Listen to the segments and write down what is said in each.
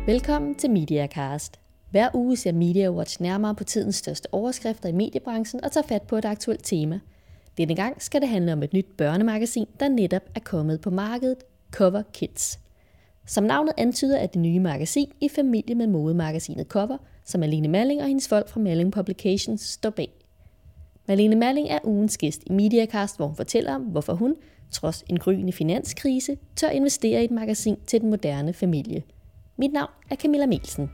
Velkommen til MediaCast. Hver uge ser MediaWatch nærmere på tidens største overskrifter i mediebranchen og tager fat på et aktuelt tema. Denne gang skal det handle om et nyt børnemagasin, der netop er kommet på markedet, Cover Kids. Som navnet antyder er det nye magasin i familie med modemagasinet Cover, som Malene Malling og hendes folk fra Malling Publications står bag. Malene Malling er ugens gæst i MediaCast, hvor hun fortæller om, hvorfor hun, trods en gryende finanskrise, tør investere i et magasin til den moderne familie. Mit navn er Camilla Melsen.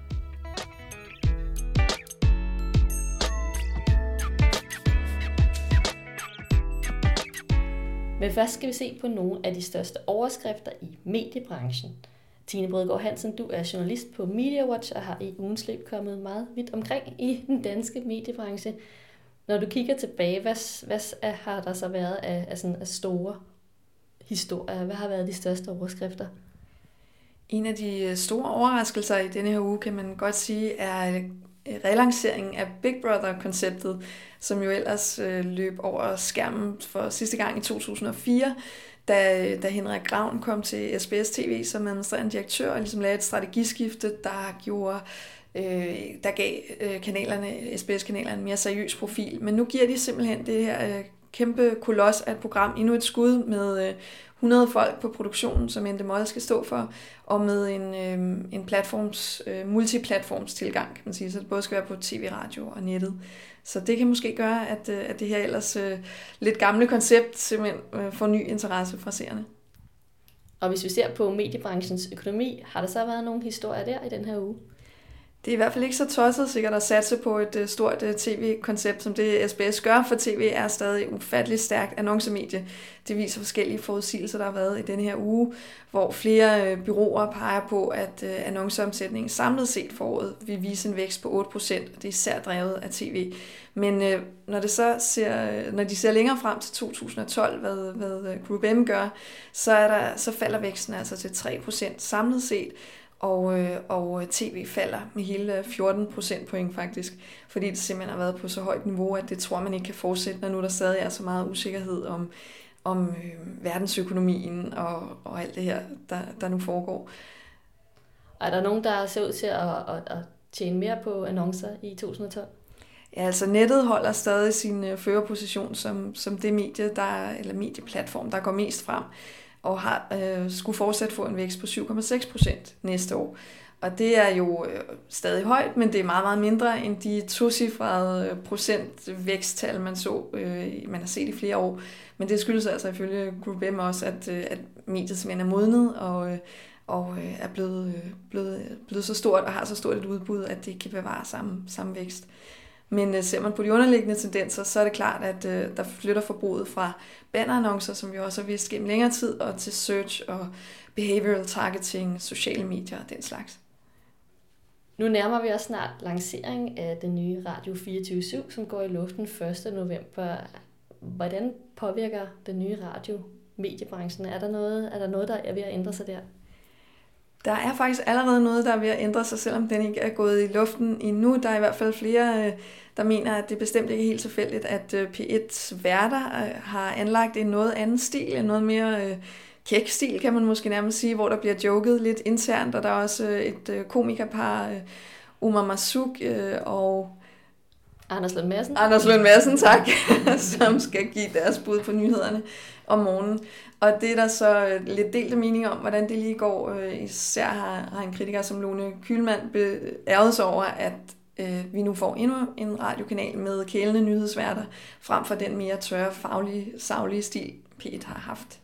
Men først skal vi se på nogle af de største overskrifter i mediebranchen. Tine Brødgaard Hansen, du er journalist på MediaWatch og har i ugens løb kommet meget vidt omkring i den danske mediebranche. Når du kigger tilbage, hvad har der så været af store historier? Hvad har været de største overskrifter? En af de store overraskelser i denne her uge, kan man godt sige, er relanceringen af Big Brother-konceptet, som jo ellers løb over skærmen for sidste gang i 2004, da Henrik Graun kom til SBS TV som administrerende direktør og ligesom lavede et strategiskifte, der gav SBS-kanalerne en mere seriøs profil. Men nu giver de simpelthen det her kæmpe kolos af et program endnu et skud med 100 folk på produktionen, som Endemol skal stå for, og med en multiplatforms tilgang, kan man sige, så det både skal være på tv, radio og nettet. Så det kan måske gøre, at det her ellers lidt gamle koncept simpelthen får ny interesse fra seerne. Og hvis vi ser på mediebranchens økonomi, har der så været nogle historier der i den her uge? Det er i hvert fald ikke så tosset sikkert at satse på et stort tv-koncept, som det SBS gør, for tv er stadig ufatteligt stærkt annoncemedie. Det viser forskellige forudsigelser, der har været i denne her uge, hvor flere bureauer peger på, at annonceomsætningen samlet set for året vil vise en vækst på 8%, og det er især drevet af tv. Men når de ser længere frem til 2012, hvad Group M gør, så falder væksten altså til 3% samlet set. Og tv falder med hele 14 procentpoint faktisk, fordi det simpelthen har været på så højt niveau, at det tror man ikke kan fortsætte, når nu der stadig er så meget usikkerhed om verdensøkonomien og alt det her, der nu foregår. Er der nogen, der ser ud til at tjene mere på annoncer i 2012? Ja, altså nettet holder stadig sin førerposition som det medieplatform, der går mest frem, og skulle fortsat få en vækst på 7,6% næste år. Og det er jo stadig højt, men det er meget, meget mindre end de tocifrede procentvæksttal, man har set i flere år. Men det skyldes altså ifølge Group M også, at mediet simpelthen er modnet og er blevet så stort og har så stort et udbud, at det kan bevare samme vækst. Men ser man på de underliggende tendenser, så er det klart, at der flytter forbruget fra bannerannoncer, som vi også har vist gennem længere tid, og til search og behavioral targeting, sociale medier og den slags. Nu nærmer vi os snart lancering af den nye Radio 24/7, som går i luften 1. november. Hvordan påvirker den nye radio mediebranchen? Er der noget, der er ved at ændre sig der? Der er faktisk allerede noget, der er ved at ændre sig, selvom den ikke er gået i luften endnu. Der er i hvert fald flere, der mener, at det bestemt ikke er helt tilfældigt, at P1's værter har anlagt en noget anden stil, en noget mere kæk stil, kan man måske nærmest sige, hvor der bliver joket lidt internt, og der er også et komikerpar, Omar Masuk og Anders Lund Madsen, tak, som skal give deres bud på nyhederne om morgenen. Og det er der så lidt delte meninger om, hvordan det lige går. Især har en kritiker som Lone Kühlmann ærget sig over, at vi nu får endnu en radiokanal med kælende nyhedsværter, frem for den mere tørre, faglige, saglige stil, P1 har haft.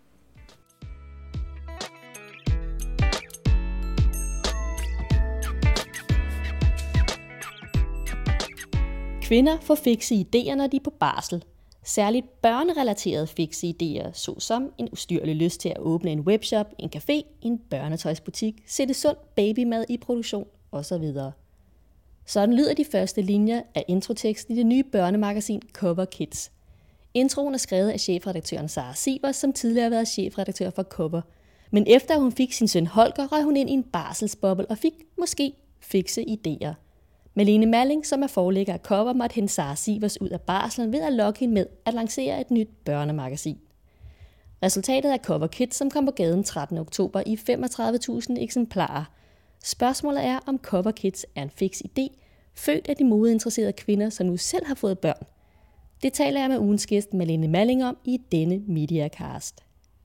Kvinder får fikse idéer, når de er på barsel. Særligt børnerelaterede fikse idéer, såsom en ustyrlig lyst til at åbne en webshop, en café, en børnetøjsbutik, sætte sund babymad i produktion osv. Sådan lyder de første linjer af introteksten i det nye børnemagasin Cover Kids. Introen er skrevet af chefredaktøren Sara Sivers, som tidligere har været chefredaktør for Cover. Men efter hun fik sin søn Holger, røg hun ind i en barselsboble og fik måske fikse idéer. Malene Malling, som er forlægger af Cover, måtte hente Sara Sivers ud af barslen ved at lokke hende med at lancere et nyt børnemagasin. Resultatet er Cover Kids, som kom på gaden 13. oktober i 35.000 eksemplarer. Spørgsmålet er, om Cover Kids er en fiks idé, født af de modeinteresserede kvinder, som nu selv har fået børn. Det taler jeg med ugens gæst Malene Malling om i denne Mediacast.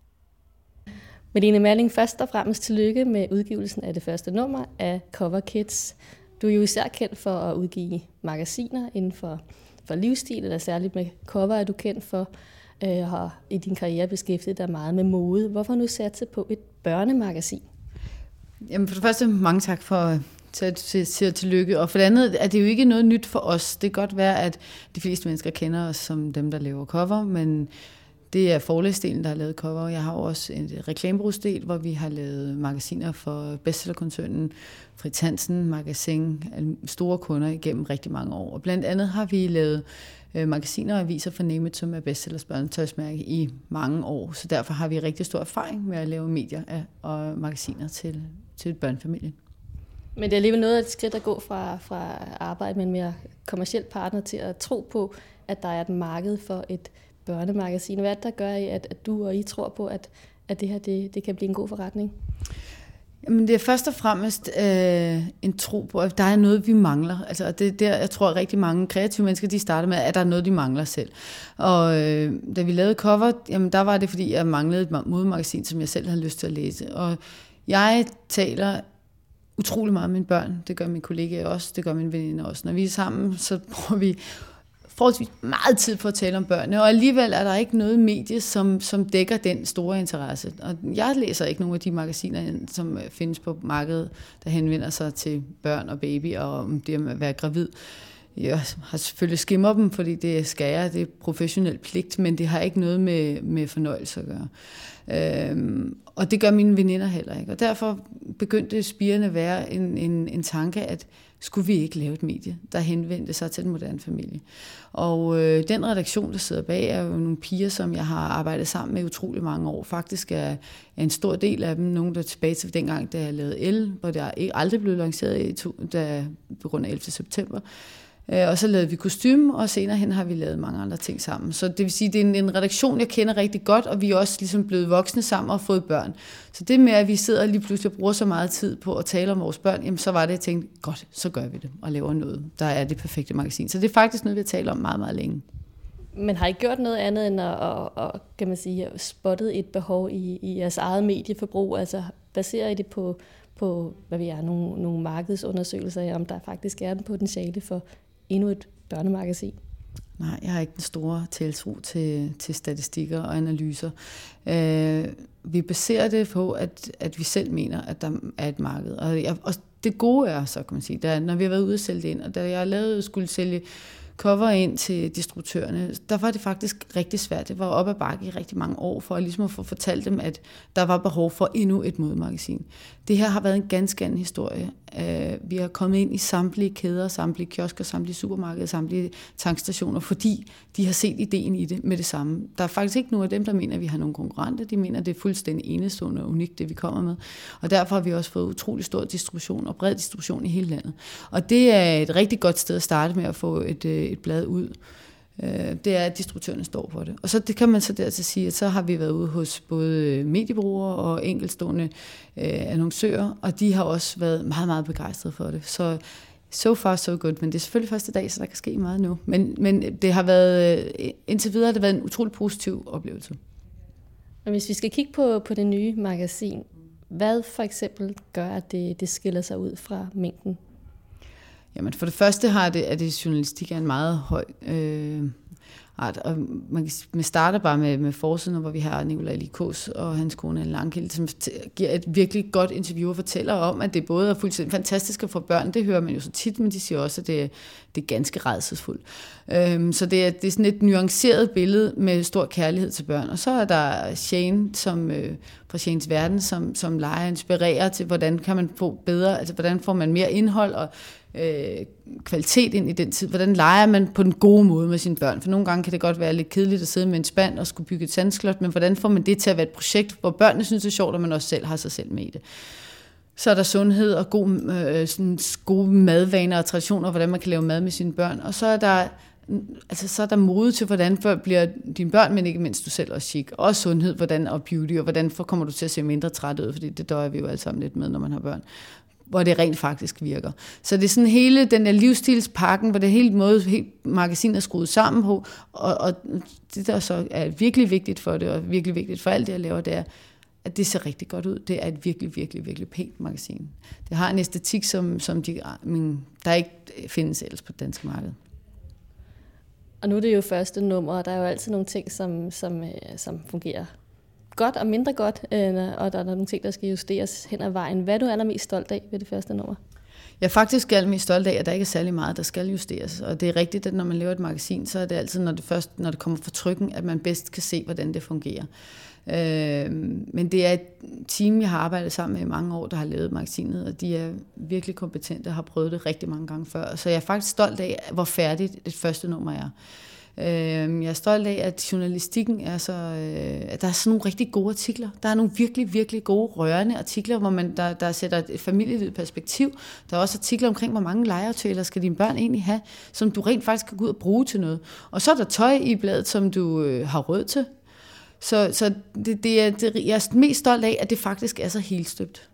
Malene Malling, først og fremmest tillykke med udgivelsen af det første nummer af Cover Kids. Du er jo især kendt for at udgive magasiner inden for livsstil, eller særligt med cover er du kendt for, har i din karriere beskæftiget dig meget med mode. Hvorfor nu satse på et børnemagasin? Jamen for det første, mange tak for at sige tillykke. Og for det andet er det jo ikke noget nyt for os. Det kan godt være, at de fleste mennesker kender os som dem, der laver cover, men det er forlægsdelen, der har lavet cover. Jeg har også en reklamebureausdel, hvor vi har lavet magasiner for bestsellerkoncernen Fritz Hansen Magasin, store kunder igennem rigtig mange år. Og blandt andet har vi lavet magasiner og aviser for Name It, som er bestsellers børnetøjsmærke i mange år. Så derfor har vi rigtig stor erfaring med at lave medier og magasiner til børnefamilien. Men det er alligevel noget af et skridt at gå fra arbejde med en mere kommerciel partner til at tro på, at der er et marked for et børnemagasin. Hvad er det, der gør, at du og I tror på, at det her det kan blive en god forretning? Jamen, det er først og fremmest en tro på, at der er noget, vi mangler. Altså, det er der, jeg tror, at rigtig mange kreative mennesker, de starter med, at der er noget, de mangler selv. Og da vi lavede cover, jamen, der var det, fordi jeg manglede et modemagasin, som jeg selv havde lyst til at læse. Og jeg taler utrolig meget med mine børn. Det gør mine kollegaer også, det gør mine veninder også. Når vi er sammen, så bruger vi forholdsvis meget tid på at tale om børnene, og alligevel er der ikke noget medie, som dækker den store interesse. Og jeg læser ikke nogen af de magasiner, som findes på markedet, der henvender sig til børn og baby, og om det at være gravid. Jeg har selvfølgelig skimmer dem, fordi det skal jeg, det er professionel pligt, men det har ikke noget med fornøjelse at gøre. Og det gør mine veninder heller ikke. Og derfor begyndte spirende at være en tanke, at skulle vi ikke lave et medie, der henvendte sig til den moderne familie. Og den redaktion, der sidder bag, er jo nogle piger, som jeg har arbejdet sammen med utrolig mange år. Faktisk er en stor del af dem nogen, der er tilbage til dengang, da jeg lavede El, hvor det aldrig blev lanceret på grund af 11. september. Og så lavede vi kostume, og senere hen har vi lavet mange andre ting sammen. Så det vil sige, det er en redaktion, jeg kender rigtig godt, og vi er også ligesom blevet voksne sammen og fået børn. Så det med, at vi sidder lige pludselig og bruger så meget tid på at tale om vores børn, jamen så var det, jeg tænkte, godt, så gør vi det og laver noget, der er det perfekte magasin. Så det er faktisk noget, vi har talt om meget, meget længe. Men har I gjort noget andet end at kan man sige, spottet et behov i jeres eget medieforbrug? Altså baserer I det på hvad vi er, nogle markedsundersøgelser, om der faktisk er en potentiale for endnu et børnemagasin? Nej, jeg har ikke den store tiltro til statistikker og analyser. Vi baserer det på, at vi selv mener, at der er et marked. Og det gode er, så kan man sige, når vi har været ude og sælge det ind, og da jeg skulle sælge cover ind til distributørerne, der var det faktisk rigtig svært. Det var op ad bakke i rigtig mange år, for ligesom at få fortalt dem, at der var behov for endnu et modemagasin. Det her har været en ganske anden historie. Vi har kommet ind i samtlige kæder, samtlige kiosker, samtlige supermarkeder, samtlige tankstationer, fordi de har set ideen i det med det samme. Der er faktisk ikke nogen af dem, der mener, at vi har nogle konkurrenter. De mener, at det er fuldstændig enestående og unikt, det vi kommer med. Og derfor har vi også fået utrolig stor distribution og bred distribution i hele landet. Og det er et rigtig godt sted at starte med at få et blad ud. Det er, at distributørerne står for det. Og så det kan man så dertil sige, at så har vi været ude hos både mediebrugere og enkeltstående annoncører, og de har også været meget, meget begejstrede for det. Så so far, so good. Men det er selvfølgelig første dag, så der kan ske meget nu. Men det har været, indtil videre har det været en utrolig positiv oplevelse. Og hvis vi skal kigge på det nye magasin, hvad for eksempel gør, at det skiller sig ud fra mængden? Jamen for det første at det journalistik er en meget høj art, og man starter bare med forsiden, hvor vi har Nicolai Likås og hans kone Anne Langkilde, som giver et virkelig godt interview og fortæller om, at det både er fuldstændig fantastisk at få børn, det hører man jo så tit, men de siger også, at det er ganske rædselsfuldt. Så det er sådan et nuanceret billede med stor kærlighed til børn. Og så er der Shane, fra Shanes Verden, som leger og inspirerer til, hvordan kan man få bedre, altså hvordan får man mere indhold og kvalitet ind i den tid. Hvordan leger man på den gode måde med sine børn? For nogle gange kan det godt være lidt kedeligt at sidde med en spand og skulle bygge et sandslot, men hvordan får man det til at være et projekt, hvor børnene synes det er sjovt, og man også selv har sig selv med i det? Så er der sundhed og gode madvaner og traditioner, hvordan man kan lave mad med sine børn. Og så er der mode til, hvordan bliver dine børn, men ikke mindst du selv også chic. Og sundhed, hvordan og beauty, og hvordan kommer du til at se mindre træt ud, fordi det døjer vi jo alle sammen lidt med, når man har børn. hvor det rent faktisk virker. Så det er sådan hele den der livsstilspakken, hvor det hele måde helt magasinet er skruet sammen på, og det der så er virkelig vigtigt for det, og virkelig vigtigt for alt det, jeg laver, det er, at det ser rigtig godt ud. Det er et virkelig, virkelig, virkelig pænt magasin. Det har en æstetik, som der ikke findes ellers på det danske marked. Og nu er det jo første nummer, og der er jo altid nogle ting, som fungerer godt og mindre godt, og der er nogle ting, der skal justeres hen ad vejen. Hvad er du allermest stolt af ved det første nummer? Jeg er faktisk allermest stolt af, at der ikke er særlig meget, der skal justeres. Og det er rigtigt, at når man laver et magasin, så er det altid, når det kommer fra trykken, at man bedst kan se, hvordan det fungerer. Men det er et team, jeg har arbejdet sammen med i mange år, der har lavet magasinet, og de er virkelig kompetente og har prøvet det rigtig mange gange før. Så jeg er faktisk stolt af, hvor færdigt det første nummer er. Jeg er stolt af, at journalistikken er så... at der er sådan nogle rigtig gode artikler. Der er nogle virkelig, virkelig gode, rørende artikler, hvor man der sætter et familieliv i perspektiv. Der er også artikler omkring, hvor mange legeaftaler skal dine børn egentlig have, som du rent faktisk kan gå ud og bruge til noget. Og så er der tøj i bladet, som du har råd til. Så jeg er mest stolt af, at det faktisk er så helstøbt.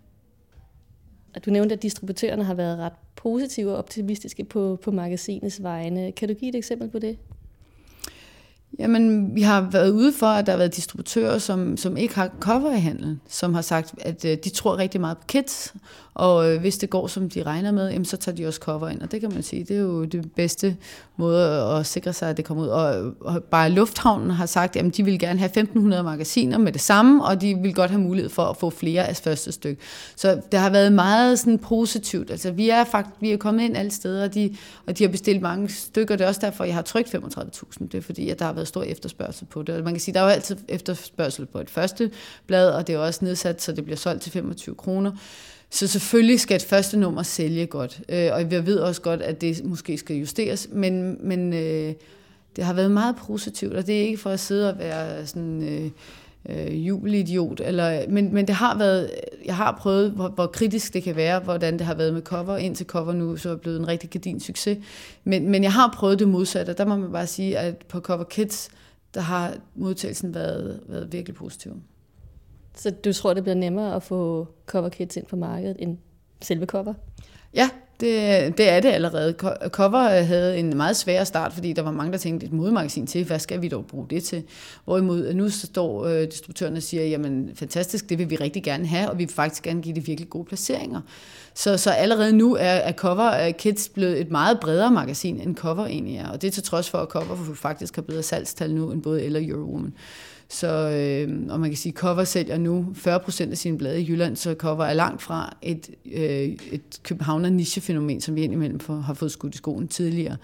Du nævnte, at distributørerne har været ret positive og optimistiske på magasinets vegne. Kan du give et eksempel på det? Jamen, vi har været ude for, at der har været distributører, som ikke har cover i handelen, som har sagt, at de tror rigtig meget på kids, og hvis det går, som de regner med, jamen, så tager de også cover ind, og det kan man sige, det er jo det bedste måde at sikre sig, at det kommer ud. Og bare Lufthavnen har sagt, at de vil gerne have 1.500 magasiner med det samme, og de vil godt have mulighed for at få flere af første stykke. Så det har været meget sådan positivt. Altså, vi er kommet ind alle steder, og de har bestilt mange stykker. Det er også derfor, jeg har trykt 35.000. Det er fordi, at der har været stor efterspørgsel på det. Og man kan sige, der er jo altid efterspørgsel på et første blad, og det er også nedsat, så det bliver solgt til 25 kroner. Så selvfølgelig skal et første nummer sælge godt. Og jeg ved også godt, at det måske skal justeres, men det har været meget positivt, og det er ikke for at sidde og være sådan jubelidiot, men det har været, jeg har prøvet, hvor kritisk det kan være, hvordan det har været med cover, indtil cover nu så er blevet en rigtig gedigen succes. Men jeg har prøvet det modsatte, og der må man bare sige, at på Cover Kids, der har modtagelsen været virkelig positiv. Så du tror, det bliver nemmere at få Cover Kids ind på markedet end selve cover? Ja, det er det allerede. Cover havde en meget svær start, fordi der var mange, der tænkte, et modemagasin til, hvad skal vi dog bruge det til? Hvorimod nu står distributørerne og siger, jamen fantastisk, det vil vi rigtig gerne have, og vi vil faktisk gerne give det virkelig gode placeringer. Så allerede nu er Cover Kids blevet et meget bredere magasin, end Cover egentlig er. Og det er til trods for, at Cover faktisk har bedre salgstal nu, end både Elle og Eurowoman. Så, og man kan sige, at Cover sælger nu 40% af sine blade i Jylland, så Cover er langt fra et københavner nichefænomen, som vi indimellem har fået skudt i skoen tidligere.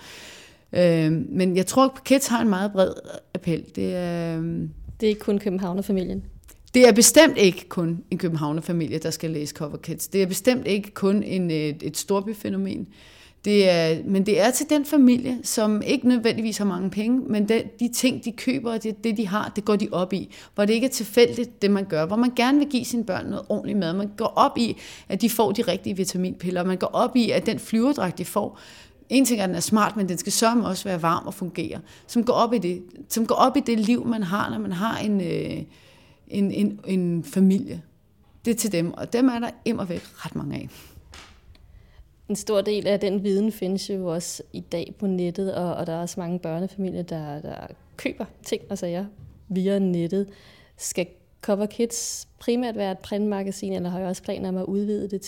Men jeg tror, at Kids har en meget bred appel. Det er ikke kun københavnerfamilien? Det er bestemt ikke kun en københavnerfamilie, der skal læse Cover Kids. Det er bestemt ikke kun et storbyfænomen. Men det er til den familie, som ikke nødvendigvis har mange penge, men de ting, de køber, og det de har, det går de op i. Hvor det ikke er tilfældigt, det man gør. Hvor man gerne vil give sine børn noget ordentligt mad. Man går op i, at de får de rigtige vitaminpiller. Man går op i, at den flyverdragt, de får, en ting er, at den er smart, men den skal sørge også være varm og fungere. Som går op i det. Som går op i det liv, man har, når man har en familie. Det er til dem, og dem er der immervæk ret mange af. En stor del af den viden findes jo også i dag på nettet, og der er også mange børnefamilier, der køber ting og sager via nettet. Skal Cover Kids primært være et printmagasin, eller har jeg også planer om at udvide det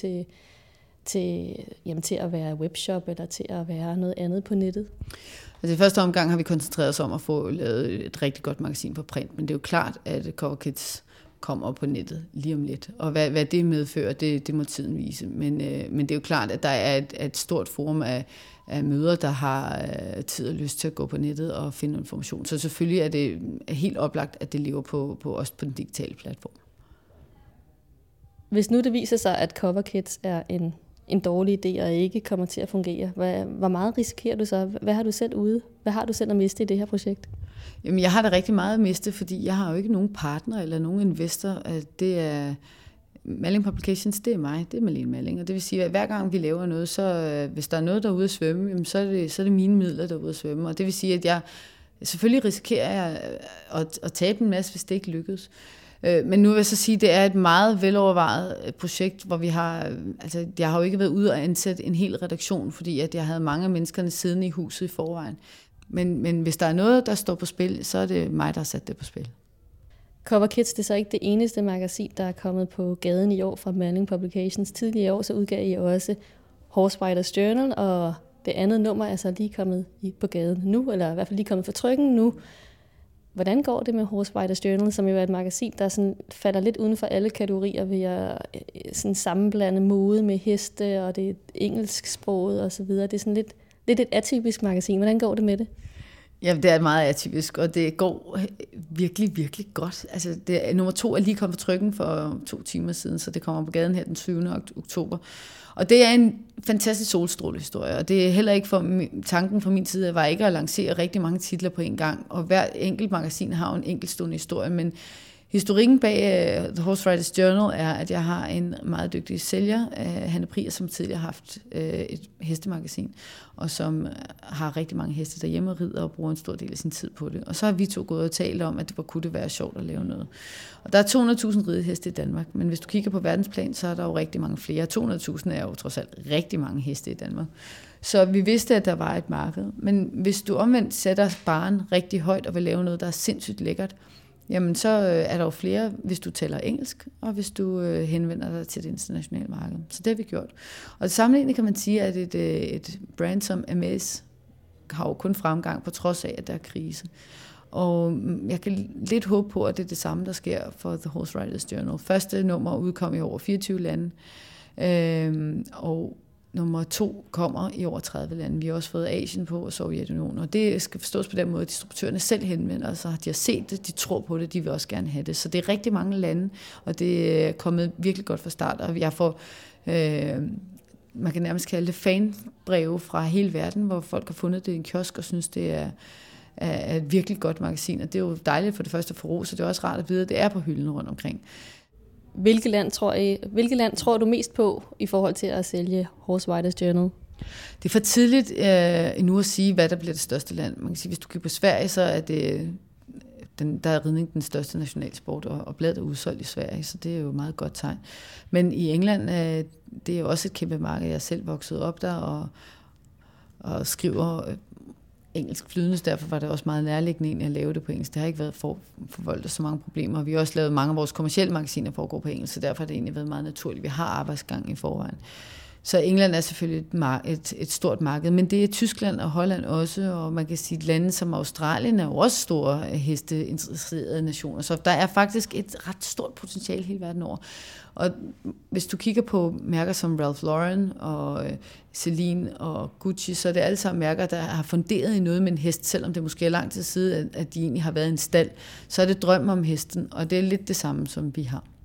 til at være webshop, eller til at være noget andet på nettet? Altså i første omgang har vi koncentreret os om at få lavet et rigtig godt magasin på print, men det er jo klart, at Cover Kids kommer på nettet lige om lidt. Og hvad det medfører, det må tiden vise. Men det er jo klart, at der er et stort forum af mødre, der har tid og lyst til at gå på nettet og finde information. Så selvfølgelig er det helt oplagt, at det lever på også på den digitale platform. Hvis nu det viser sig, at Cover Kids er en dårlig idé og ikke kommer til at fungere, hvor meget risikerer du så? Hvad har du selv ude? Hvad har du selv at miste i det her projekt? Jamen, jeg har da rigtig meget at miste, fordi jeg har jo ikke nogen partner eller nogen investor. Det er Malling Publications, det er mig, det er Malene Malling. Og det vil sige, at hver gang vi laver noget, så hvis der er noget, der er ude at svømme, jamen, så er det mine midler, der er ude at svømme. Og det vil sige, at jeg selvfølgelig risikerer at tabe en masse, hvis det ikke lykkes. Men nu vil jeg så sige, at det er et meget velovervejet projekt, hvor jeg har jo ikke været ude og ansætte en hel redaktion, fordi at jeg havde mange af menneskerne siddende i huset i forvejen. Men hvis der er noget, der står på spil, så er det mig, der har sat det på spil. Cover Kids, det er så ikke det eneste magasin, der er kommet på gaden i år fra Malling Publications. Tidligere i år så udgav I også Horsewriters Journal, og det andet nummer er så lige kommet på gaden nu, eller i hvert fald lige kommet fra trykken nu. Hvordan går det med Horsewriters Journal, som jo er et magasin, der sådan falder lidt uden for alle kategorier ved at sådan sammenblande mode med heste, og det er engelsksproget og så videre. Det er sådan lidt et atypisk magasin. Hvordan går det med det? Ja, det er meget atypisk, og det går virkelig, virkelig godt. Altså, nummer 2 er lige kommet på trykken for 2 timer siden, så det kommer på gaden her den 7. oktober. Og det er en fantastisk solstrålehistorie, og det er heller ikke tanken fra min side, var ikke at lancere rigtig mange titler på en gang, og hver enkelt magasin har en enkeltstående historie, men historikken bag The Horsewriters Journal er, at jeg har en meget dygtig sælger, Hanne Prier, som tidligere har haft et hestemagasin, og som har rigtig mange heste derhjemme og rider og bruger en stor del af sin tid på det. Og så har vi 2 gået og talt om, at det kunne det være sjovt at lave noget. Og der er 200.000 rideheste i Danmark, men hvis du kigger på verdensplan, så er der jo rigtig mange flere. 200.000 er jo trods alt rigtig mange heste i Danmark. Så vi vidste, at der var et marked. Men hvis du omvendt sætter barren rigtig højt og vil lave noget, der er sindssygt lækkert, jamen så er der jo flere, hvis du taler engelsk, og hvis du henvender dig til det internationale marked. Så det har vi gjort. Og sammenlignet kan man sige, at et brand som Hermès har jo kun fremgang på trods af, at der er krise. Og jeg kan lidt håbe på, at det er det samme, der sker for The Horsewriters Journal. Første nummer udkom i over 24 lande, og nummer 2 kommer i over 30 lande. Vi har også fået Asien på og Sovjetunionen, og det skal forstås på den måde, at distributørerne selv henvender sig. De har set det, de tror på det, de vil også gerne have det. Så det er rigtig mange lande, og det er kommet virkelig godt fra start. Og jeg får, man kan nærmest kalde det fanbreve fra hele verden, hvor folk har fundet det i en kiosk og synes, det er et virkelig godt magasin. Og det er jo dejligt for det første at få ro, så det er også rart at vide, at det er på hylden rundt omkring. Hvilket land tror du mest på i forhold til at sælge Horsewriters Journal? Det er for tidligt endnu at sige, hvad der bliver det største land. Man kan sige, hvis du kigger på Sverige, så er det der er ridning den største nationalsport, og bladet er udsolgt i Sverige, så det er jo et meget godt tegn. Men i England, det er jo også et kæmpe marked. Jeg er selv vokset op der og skriver engelsk flydende, derfor var det også meget nærliggende egentlig at lave det på engelsk. Det har ikke været forvoldt så mange problemer. Vi har også lavet mange af vores kommercielle magasiner foregår på engelsk, så derfor har det egentlig været meget naturligt. Vi har arbejdsgang i forvejen. Så England er selvfølgelig et stort marked, men det er Tyskland og Holland også, og man kan sige, at lande som Australien er jo også store hesteinteresserede nationer, så der er faktisk et ret stort potentiale hele verden over. Og hvis du kigger på mærker som Ralph Lauren og Celine og Gucci, så er det alle sammen mærker, der har funderet i noget med en hest, selvom det måske er lang tid siden, at de egentlig har været en stald, så er det drøm om hesten, og det er lidt det samme, som vi har.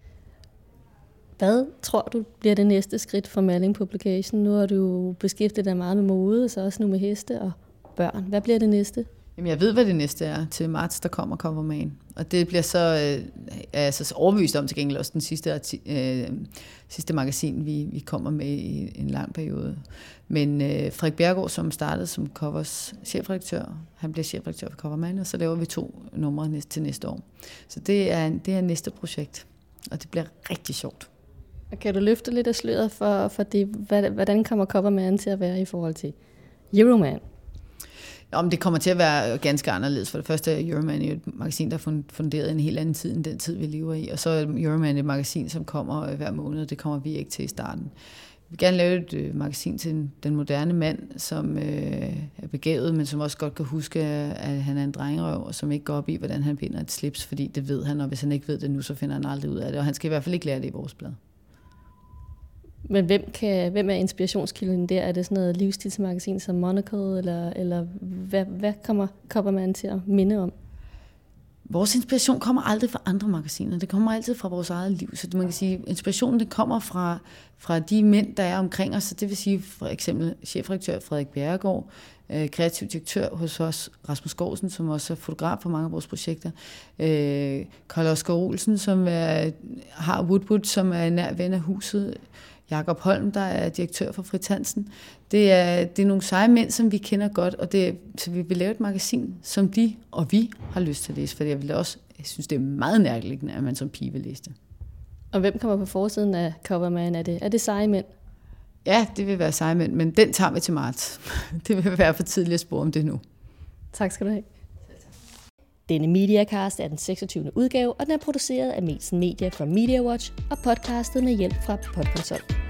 Hvad tror du bliver det næste skridt for Malling Publication? Nu har du beskæftiget dig meget med mode, så også nu med heste og børn. Hvad bliver det næste? Jamen, jeg ved, hvad det næste er. Til marts, der kommer Coverman. Og det bliver så, så overbevist om til gengæld også den sidste magasin, vi kommer med i en lang periode. Men Frederik Bjerregaard, som startede som Covers chefredaktør, han bliver chefredaktør for Coverman, og så laver vi 2 numre til næste år. Så det er næste projekt, og det bliver rigtig sjovt. Og kan du løfte lidt af sløret for det, hvordan kommer Coverman til at være i forhold til Euroman? Men det kommer til at være ganske anderledes. For det første er Euroman et magasin, der er funderet en helt anden tid end den tid, vi lever i. Og så er Euroman et magasin, som kommer hver måned. Det kommer vi ikke til i starten. Vi vil gerne lave et magasin til den moderne mand, som er begavet, men som også godt kan huske, at han er en drengerøv, og som ikke går op i, hvordan han binder et slips, fordi det ved han, og hvis han ikke ved det nu, så finder han aldrig ud af det. Og han skal i hvert fald ikke lære det i vores blad. Men hvem er inspirationskilden der? Er det sådan noget livsstilsmagasin som Monocle, eller hvad kommer Coverman til at minde om? Vores inspiration kommer aldrig fra andre magasiner. Det kommer altid fra vores eget liv. Så man kan sige, inspirationen det kommer fra de mænd, der er omkring os. Så det vil sige for eksempel chefredaktør Frederik Bjerregaard, kreativ direktør hos os, Rasmus Gårdsen, som også er fotograf for mange af vores projekter. Karl Oskar Olsen, som har Woodwood, som er nær ven af huset. Jakob Holm, der er direktør for Fritz Hansen. Det er nogle seje mænd, som vi kender godt, og så vi vil lave et magasin, som de og vi har lyst til at læse, for jeg vil også jeg synes, det er meget nærliggende, at man som pige vil læse det. Og hvem kommer på forsiden af Coverman? Er det seje mænd? Ja, det vil være seje mænd, men den tager vi til marts. Det vil være for tidligt at spore om det nu. Tak skal du have. Denne Mediacast er den 26. udgave, og den er produceret af Melsen Media fra Media Watch og podcastet med hjælp fra Podkonsol.